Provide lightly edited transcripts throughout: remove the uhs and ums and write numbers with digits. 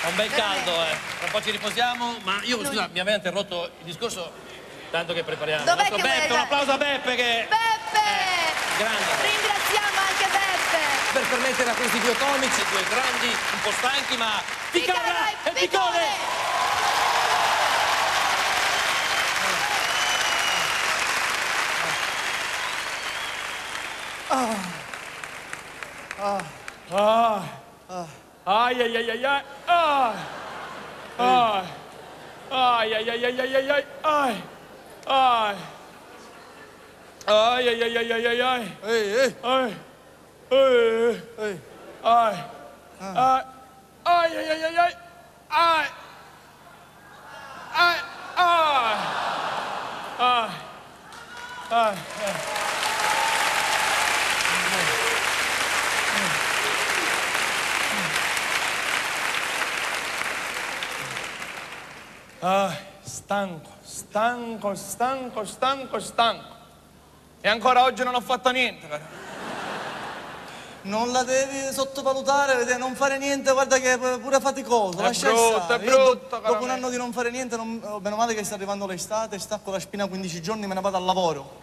Un bel caldo, Tra un po' ci riposiamo, ma io, scusa, mi aveva interrotto il discorso, tanto che prepariamo. Dov'è che Beppe, un applauso a Beppe che... Beppe! Grande. Ringraziamo anche Beppe! Per permettere a questi due comici, due grandi, un po' stanchi, ma... Ficarra e Piccone! Ai ai ai ai ai. Ai. Ai ai ai ai ai ai ai. Ai. Ai. Ai ai ai ai ai ai ai. Ehi. Ai. Ai. Ai. Ai. Ai ai ai ai ai. Ai. Ai. Ai. Ai. Ai. Stanco. E ancora oggi non ho fatto niente, però. Non la devi sottovalutare, vedi, non fare niente, guarda che è pure faticoso. Lascia stare. È brutto, dopo un anno di non fare niente, meno male che sta arrivando l'estate, stacco la spina 15 giorni e me ne vado al lavoro.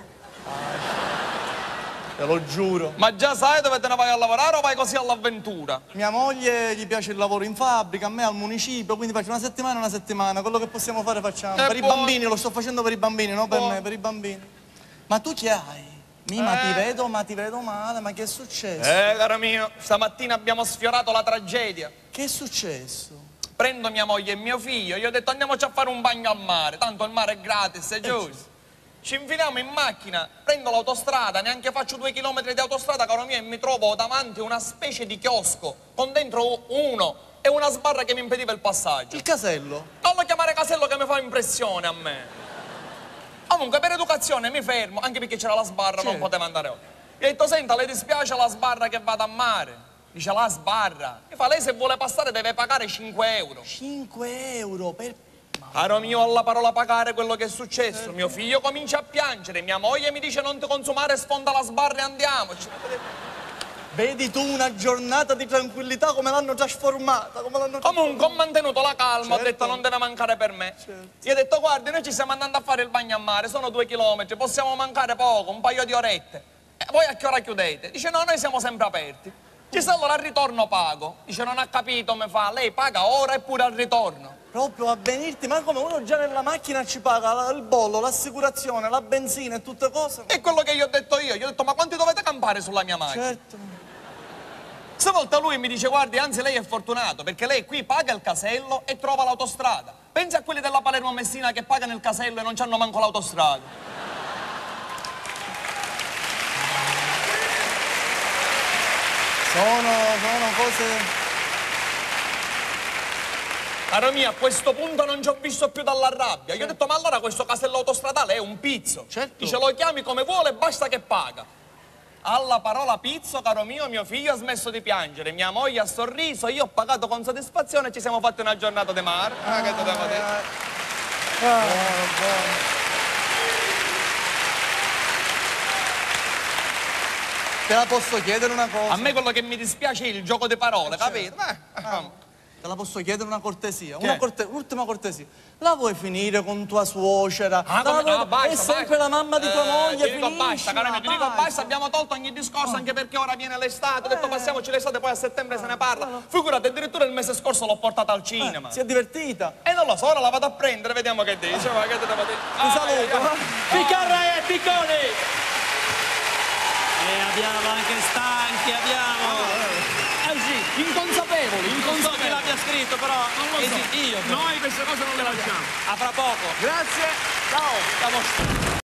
Te lo giuro. Ma già sai dove te ne vai a lavorare o vai così all'avventura? Mia moglie gli piace il lavoro in fabbrica, a me al municipio, quindi faccio una settimana, quello che possiamo fare facciamo. Per i bambini, lo sto facendo per i bambini, non per me, per i bambini. Ma tu che hai? Ma ti vedo male, ma che è successo? Caro mio, stamattina abbiamo sfiorato la tragedia. Che è successo? Prendo mia moglie e mio figlio, gli ho detto andiamoci a fare un bagno al mare, tanto il mare è gratis, è giusto. Ci infiliamo in macchina, prendo l'autostrada, neanche faccio 2 chilometri di autostrada, caro mio, e mi trovo davanti una specie di chiosco, con dentro uno e una sbarra che mi impediva il passaggio. Il casello? Non lo chiamare casello che mi fa impressione a me. Comunque, per educazione mi fermo, anche perché c'era la sbarra, non poteva andare oltre. Gli ho detto, senta, le dispiace la sbarra che vada a mare? Dice, la sbarra? Mi fa, lei se vuole passare deve pagare 5 euro. 5 euro per... Caro mio, alla parola pagare quello che è successo. Mio figlio comincia a piangere, mia moglie mi dice non ti consumare, sfonda la sbarra e andiamoci. Vedi tu una giornata di tranquillità come l'hanno trasformata, Comunque ho mantenuto la calma, ho detto non deve mancare per me. Gli ho detto guardi, noi ci stiamo andando a fare il bagno a mare, sono 2 chilometri, possiamo mancare poco, un paio di orette. E voi a che ora chiudete? Dice no, noi siamo sempre aperti. Dice allora al ritorno pago. Dice non ha capito, mi fa, lei paga ora e pure al ritorno. Proprio a venirti, ma come uno già nella macchina ci paga il bollo, l'assicurazione, la benzina e tutte cose. È quello che gli ho detto io, gli ho detto ma quanti dovete campare sulla mia macchina? Certo. Stavolta lui mi dice guardi, anzi lei è fortunato perché lei qui paga il casello e trova l'autostrada. Pensi a quelli della Palermo Messina che pagano il casello e non c'hanno manco l'autostrada. Sono cose... Caro mio, a questo punto non ci ho visto più dalla rabbia. Gli ho detto ma allora questo casello autostradale è un pizzo. Certo. Dice lo chiami come vuole, basta che paga. Alla parola pizzo, caro mio figlio ha smesso di piangere, mia moglie ha sorriso, io ho pagato con soddisfazione e ci siamo fatti una giornata di mare. Che te devo dire? Buono. Te la posso chiedere una cosa? A me quello che mi dispiace è il gioco di parole, capito? Te la posso chiedere una cortesia? Un'ultima cortesia. La vuoi finire con tua suocera? È sempre la mamma di tua moglie, ti dico basta, caro mio, ti dico basta, abbiamo tolto ogni discorso anche perché ora viene l'estate, ho detto passiamoci l'estate, poi a settembre se ne parla. Figurati, addirittura il mese scorso l'ho portata al cinema. Si è divertita? E non lo so, ora la vado a prendere, vediamo che dice, ma che te devo dire. Ti saluto. Ficarra e Piccone! E abbiamo anche stanchi, Inconsapevoli. Non so chi l'abbia scritto, però Non lo so. io. Noi queste cose non le lasciamo. A fra poco. Grazie. Ciao. Siamo...